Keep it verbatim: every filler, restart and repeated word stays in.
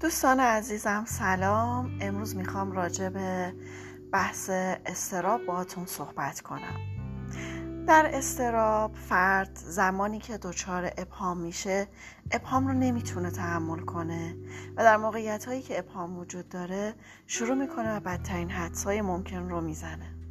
دوستان عزیزم سلام. امروز میخوام راجع به بحث اضطراب باهاتون صحبت کنم. در اضطراب فرد زمانی که دچار ابهام میشه ابهام رو نمیتونه تحمل کنه و در موقعیت هایی که ابهام وجود داره شروع میکنه و بدترین حدسای ممکن رو میزنه.